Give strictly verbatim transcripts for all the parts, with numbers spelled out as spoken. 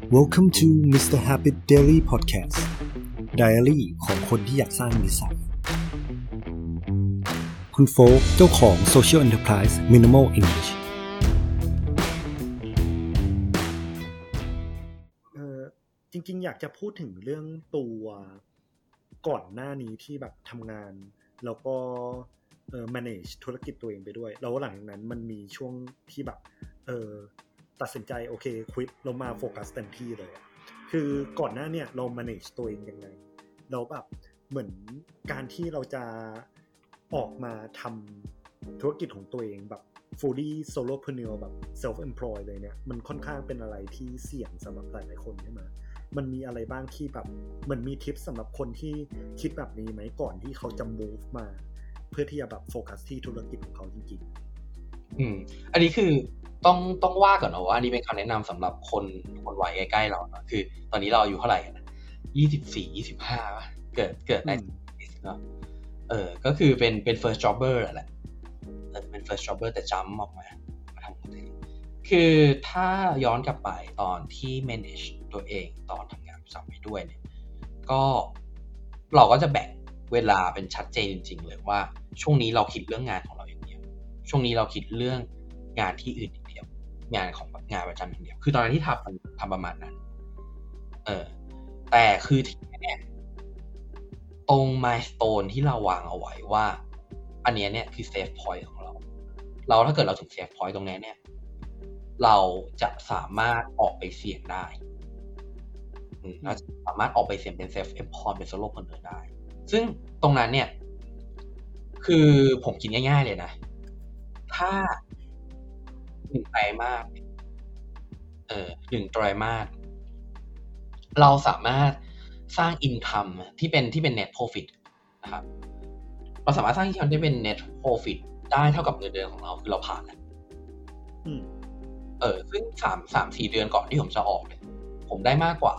Welcome to มิสเตอร์ Habit Daily Podcast Diary ของคนที่อยากสร้างนิสัยคุณโฟกเจ้าของ Social Enterprise Minimal English เอ่อจริงๆอยากจะพูดถึงเรื่องตัวก่อนหน้านี้ที่แบบทำงานแล้วก็เอ่อ manage ธุรกิจตัวเองไปด้วยแล้วหลังจากนั้นมันมีช่วงที่แบบเออตัดสินใจโอเคควิตเรามาโฟกัสเต็มที่เลยคือก่อนหน้าเนี่ยเรา manage ตัวเองยังไงเราแบบเหมือนการที่เราจะออกมาทำธุรกิจของตัวเองแบบ fully solopreneur แบบ self employed เลยเนี่ยมันค่อนข้างเป็นอะไรที่เสี่ยงสำหรับหลายๆคนใช่ไหมมันมีอะไรบ้างที่แบบเหมือนมีทิปสำหรับคนที่คิดแบบนี้ไหมก่อนที่เขาจะ move มาเพื่อที่จะแบบโฟกัสที่ธุรกิจของเขาจริงๆอืมอันนี้คือต้องต้องว่าก่อนนะว่าอันนี้เป็นคำแนะนำสำหรับคนคนวัยใกล้ๆเราเนาะคือตอนนี้เราอายุเท่าไหร่นะยี่สิบสี่ ยี่สิบห้าป่ะเกิดเกิดได้เนาะเออก็คือเป็นเป็น first jobber แหละเออเป็น first jobber แต่จำออกมามาทำของตัวเองคือถ้าย้อนกลับไปตอนที่ manage ตัวเองตอนทำงานประจำไปด้วยเนี่ยก็เราก็จะแบ่งเวลาเป็นชัดเจนจริงๆเลยว่าช่วงนี้เราคิดเรื่องงานของเราอย่างเดียวช่วงนี้เราคิดเรื่องงานที่อื่นอย่างเดียวงานของงานประจำอย่างเดียวคือตอนนั้นที่ทำทำประมาณนั้นเออแต่คือทีนี้เนี่ยตรง milestone ที่เราวางเอาไว้ว่าอันนี้เนี่ยคือ safe point ของเราเราถ้าเกิดเราถึง safe point ตรงนี้เนี่ยเราจะสามารถออกไปเสี่ยงได้เราจะสามารถออกไปเสี่ยงเป็น self employed เป็น solopreneur ได้ซึ่งตรงนั้นเนี่ยคือผมคิดง่ายๆเลยนะถ้าหนึ่งไตรมาสเอ่อหนึ่งไตรมาสเราสามารถสร้าง income ที่เป็นที่เป็น net profit นะครับเราสามารถสร้าง income ที่เป็น net profit ได้เท่ากับเงินเดือนของเราคือเราผ่านแล้วอืมเออซึ่งสาม สาม สี่เดือนก่อนที่ผมจะออกเนี่ยผมได้มากกว่า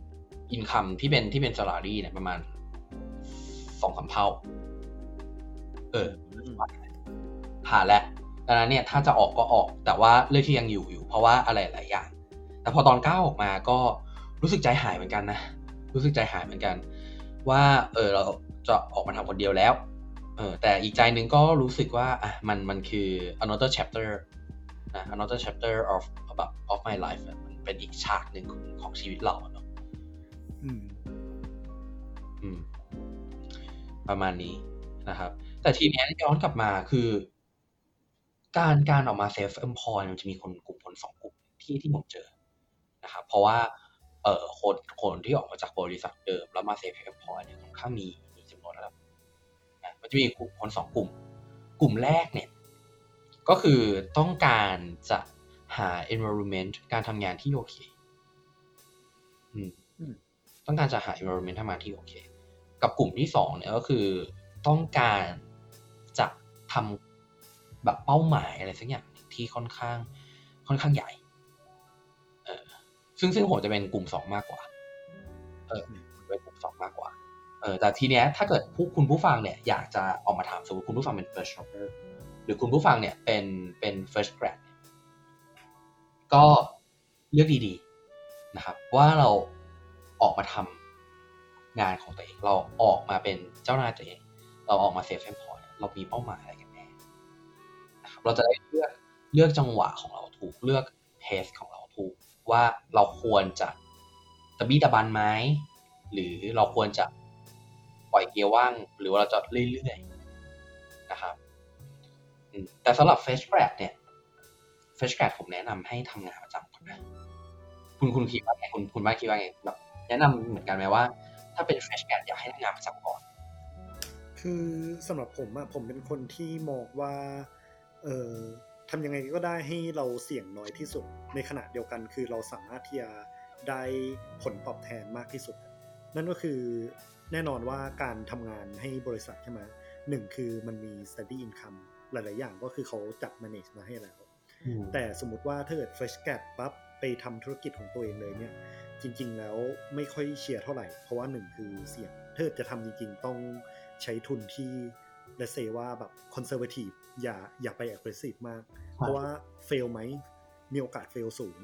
income ที่เป็นที่เป็น salary เนี่ยประมาณ สองถึงสาม เท่าเออผ่านแล้วดังนั้นเนี่ยถ้าจะออกก็ออกแต่ว่าเลือกที่ยังอยู่อยู่เพราะว่าอะไรหลายอย่างแต่พอตอนก้าวออกมาก็รู้สึกใจหายเหมือนกันนะรู้สึกใจหายเหมือนกันว่าเออเราจะออกมาทำคนเดียวแล้วเออแต่อีกใจนึงก็รู้สึกว่าอ่ะมันมันคือ another chapter นะ another chapter of แบบ of my life มันเป็นอีกฉากนึงของของชีวิตเราเนาะอืมอืมประมาณนี้นะครับแต่ทีนี้ย้อนกลับมาคือการการออกมา self employed มันจะมีคนกลุ่มคนสองกลุ่มที่ที่ผมเจอนะครับเพราะว่าเอ่อคนคนที่ออกมาจากบริษัทเดิมแล้วมา self employed เนี่ยค่อนข้างมีมีจำนวนระดับนะมันจะมีกลุ่มคนสองกลุ่มกลุ่มแรกเนี่ยก็คือต้องการจะหา environment การทำงานที่โอเคอืมต้องการจะหา environment ทำงานที่โอเคกับกลุ่มที่สองเนี่ยก็คือต้องการจะทำแบบเป้าหมายอะไรสักอย่างที่ค่อนข้างค่อนข้างใหญ่เออซึ่งซึ่งผมจะเป็นกลุ่มสองมากกว่าเออเป็นกลุ่มสองมากกว่าเออแต่ทีเนี้ยถ้าเกิดผู้คุณผู้ฟังเนี่ยอยากจะออกมาถามสมมติคุณผู้ฟังเป็น first jobber หรือคุณผู้ฟังเนี่ยเป็นเป็น first grad ก็เลือกดีๆนะครับว่าเราออกมาทำงานของตัวเองเราออกมาเป็นเจ้านายตัวเองเราออกมา self employed เรามีเป้าหมายอะไรกันแน่นะครับเราจะได้เลือกเลือกจังหวะของเราถูกเลือกเพสของเราถูกว่าเราควรจะตะบี้ตะบันไหมหรือเราควรจะปล่อยเกียร์ว่างหรือว่าเราจะเรื่อยๆนะครับแต่สำหรับ fresh grad เนี่ย fresh grad ผมแนะนำให้ทำงานประจำก่อนนะคุณคุณคิดว่าไงคุณคุณบ้านคิดว่าไงแบบแนะนำเหมือนกันไหมว่าถ้าเป็น fresh grad อยากให้ทำงานประจำก่อนคือสำหรับผมอะผมเป็นคนที่มองว่าเอ่อทำยังไงก็ได้ให้เราเสี่ยงน้อยที่สุดในขณะเดียวกันคือเราสามารถที่จะได้ผลตอบแทนมากที่สุดนั่นก็คือแน่นอนว่าการทำงานให้บริษัทใช่ไหมหนึ่งคือมันมี steady income หลายๆอย่างก็คือเขาจัด manage มาให้แล้วแต่สมมุติว่าถ้าเกิด fresh grad ปั๊บไปทำธุรกิจของตัวเองเลยเนี่ยจริงๆแล้วไม่ค่อยเชียร์เท่าไหร่เพราะว่าหนึ่งคือเสี่ยงถ้าเกิดจะทำจริงๆต้องใช้ทุนที่และเซว่าแบบ conservative อย่าอย่าไป aggressive มากเพราะว่า fail ไหมมีโอกาส fail สูง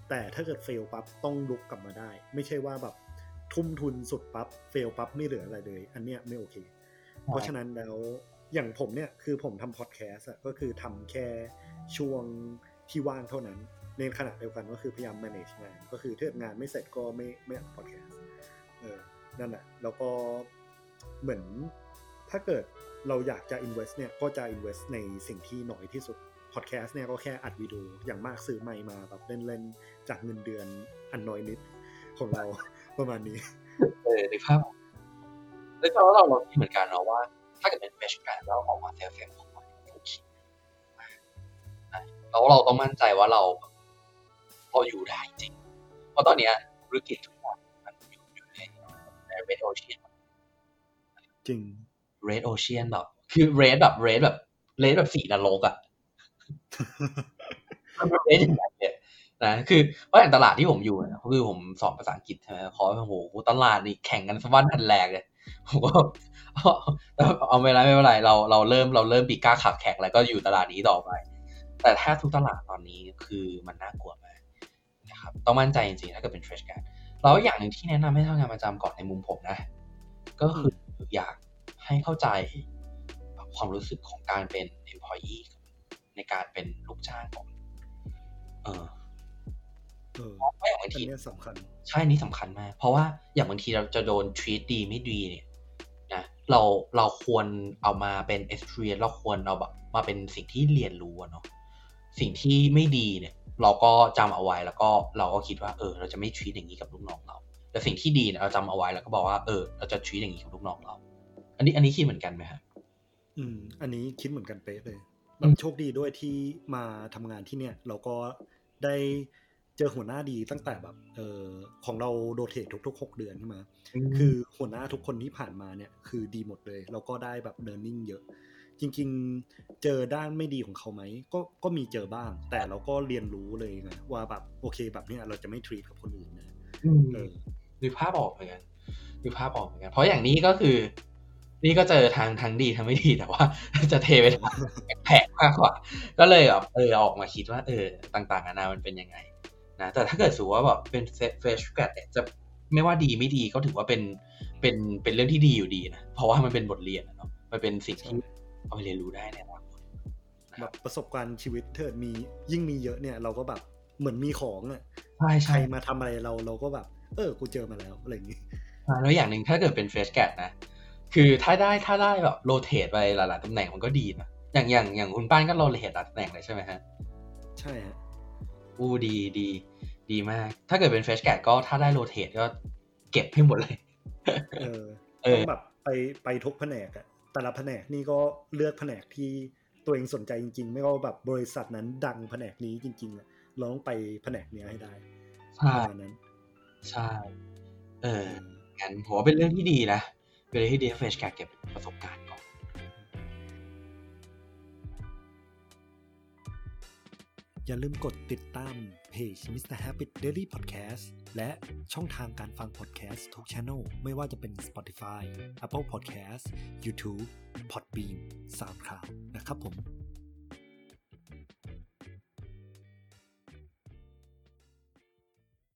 แต่ถ้าเกิดเฟลปั๊บต้องลุกกลับมาได้ไม่ใช่ว่าแบบทุ่มทุนสุดปั๊บเฟลปั๊บไม่เหลืออะไรเลยอันเนี้ยไม่โอเคเพราะฉะนั้นแล้วอย่างผมเนี่ยคือผมทำพอดแคสต์ก็คือทำแค่ช่วงที่ว่างเท่านั้นในขณะเดียวกันก็คือพยายาม manage งานก็คือถ้างานไม่เสร็จก็ไม่ไม่อัดพอดแคสต์เออนั่นแหละแล้วก็เหมือนถ้าเกิดเราอยากจะ invest เนี่ยก็จะ invest ในสิ่งที่น้อยที่สุดพอดแคสต์เนี่ยก็แค่อัดวิดีโออย่างมากซื้อไมค์มาแบบเล่นๆจากเงินเดือนอันน้อยนิดของเราประมาณนี้เออในภาพแล้วก็เราเราคิดเหมือนกันเนาะว่าถ้าเกิดเป็น fresh grad แล้วออกมา self employed ของมันโอเคแล้วเราต้องมั่นใจว่าเราเราอยู่ได้จริงเพราะตอนนี้ธุรกิจทุกอย่างมันอยู่อยู่ในใน red ocean จริง red ocean แบบคือ red แบบ red แบบ red แบบสีนรกอ่ะมันเป็น red อย่างเงี้ยนะคือเพราะอย่างตลาดที่ผมอยู่นะคือผมสอนภาษาอังกฤษใช่ไหมขอโอ้โหตลาดนี่แข่งกันสะบั้นทันแหลกเลยผมก็เอาไม่เป็นไรไม่เป็นไรเราเราเริ่มเราเริ่มปีกล้าขาแข็งแล้วก็อยู่ตลาดนี้ต่อไปแต่ถ้าทุกตลาดตอนนี้คือมันน่ากลัวมากนะครับต้องมั่นใจจริงๆถ้าเกิดเป็น fresh grad แล้วอย่างหนึ่งที่แนะนำให้ทำงานประจำก่อนในมุมผมนะก็คืออยากให้เข้าใจความรู้สึกของการเป็น employee ในการเป็นลูกจ้างก่อนเออเออเพราะอย่างบางทีนี่สำคัญใช่นี่สำคัญมากเพราะว่าอย่างบางทีเราจะโดน treat ดีไม่ดีเนี่ยนะเราเราควรเอามาเป็น experience เราควรเอาแบบมาเป็นสิ่งที่เรียนรู้เนาะสิ่งที่ไม่ดีเนี่ยเราก็จำเอาไว้แล้วก็เราก็คิดว่าเออเราจะไม่ treat อย่างนี้กับลูกน้องเราแต่สิ่งที่ดีเนี่ยเราจำเอาไว้แล้วก็บอกว่าเออเราจะ treat อย่างนี้กับลูกน้องเราอันนี้อันนี้คิดเหมือนกันไหมครับอืมอันนี้คิดเหมือนกันเป๊ะเลยแบบโชคดีด้วยที่มาทำงานที่เนี่ยเราก็ได้เจอหัวหน้าดีตั้งแต่แบบเออของเราโรเทตทุกๆหกเดือนใช่ไหมคือหัวหน้าทุกคนที่ผ่านมาเนี่ยคือดีหมดเลยแล้วก็ได้แบบเลิร์นนิ่งเยอะจริงๆเจอด้านไม่ดีของเขาไหมก็ก็มีเจอบ้างแต่เราก็เรียนรู้เลยไงว่าแบบโอเคแบบเนี้ยเราจะไม่ทรีตกับคนอื่นนะเออดูภาพออกเหมือนกันดูภาพออกเหมือนกันเพราะอย่างนี้ก็คือนี่ก็เจอทางทางดีทางไม่ดีแต่ว่าจะเทไปทางแผลมากกว่าก็เลยแบบเออออกมาคิดว่าเออต่างๆนานามันเป็นยังไงนะแต่ถ้าเกิดสูว่าแบบเป็น fresh grad เนี่ยจะไม่ว่าดีไม่ดีก็ถือว่าเป็นเป็นเป็นเรื่องที่ดีอยู่ดีนะเพราะว่ามันเป็นบทเรียนเนาะมันเป็นสิ่งที่เอาไปเรียนรู้ได้แน่นอนแบบประสบการณ์ชีวิตเธอมียิ่งมีเยอะเนี่ยเราก็แบบเหมือนมีของอ่ะใครมาทำอะไรเราเราก็แบบเออกูเจอมาแล้วอะไรอย่างงี้แล้วอย่างหนึ่งถ้าเกิดเป็น fresh grad นะคือถ้าได้ถ้าได้แบบโรเตทไปหลายๆตำแหน่งมันก็ดีนะอย่างอย่างอย่างคุณป้านก็โรเตทหลายตำแหน่งเลยใช่ไหมฮะใช่ฮะอู้ดีดีดีมากถ้าเกิดเป็น fresh grad ก็ถ้าได้โรเตทก็เก็บให้หมดเลยเออต้องแบบไปไปทุกแผนกอะแต่ละแผนกนี่ก็เลือกแผนกที่ตัวเองสนใจจริงๆไม่ก็แบบบริษัทนั้นดังแผนกนี้จริงๆอะเราต้องไปแผนกนี้ให้ได้ประมาณนั้นใช่เอองั้นผมว่าเป็นเรื่องที่ดีนะเป็นเรื่องที่ดี fresh grad เก็บประสบการณ์ก่อนอย่าลืมกดติดตามเพจ มิสเตอร์ Habit Daily Podcast และช่องทางการฟัง podcast ทุก channel ไม่ว่าจะเป็น Spotify, Apple Podcast, YouTube, Podbean, SoundCloud นะครับผม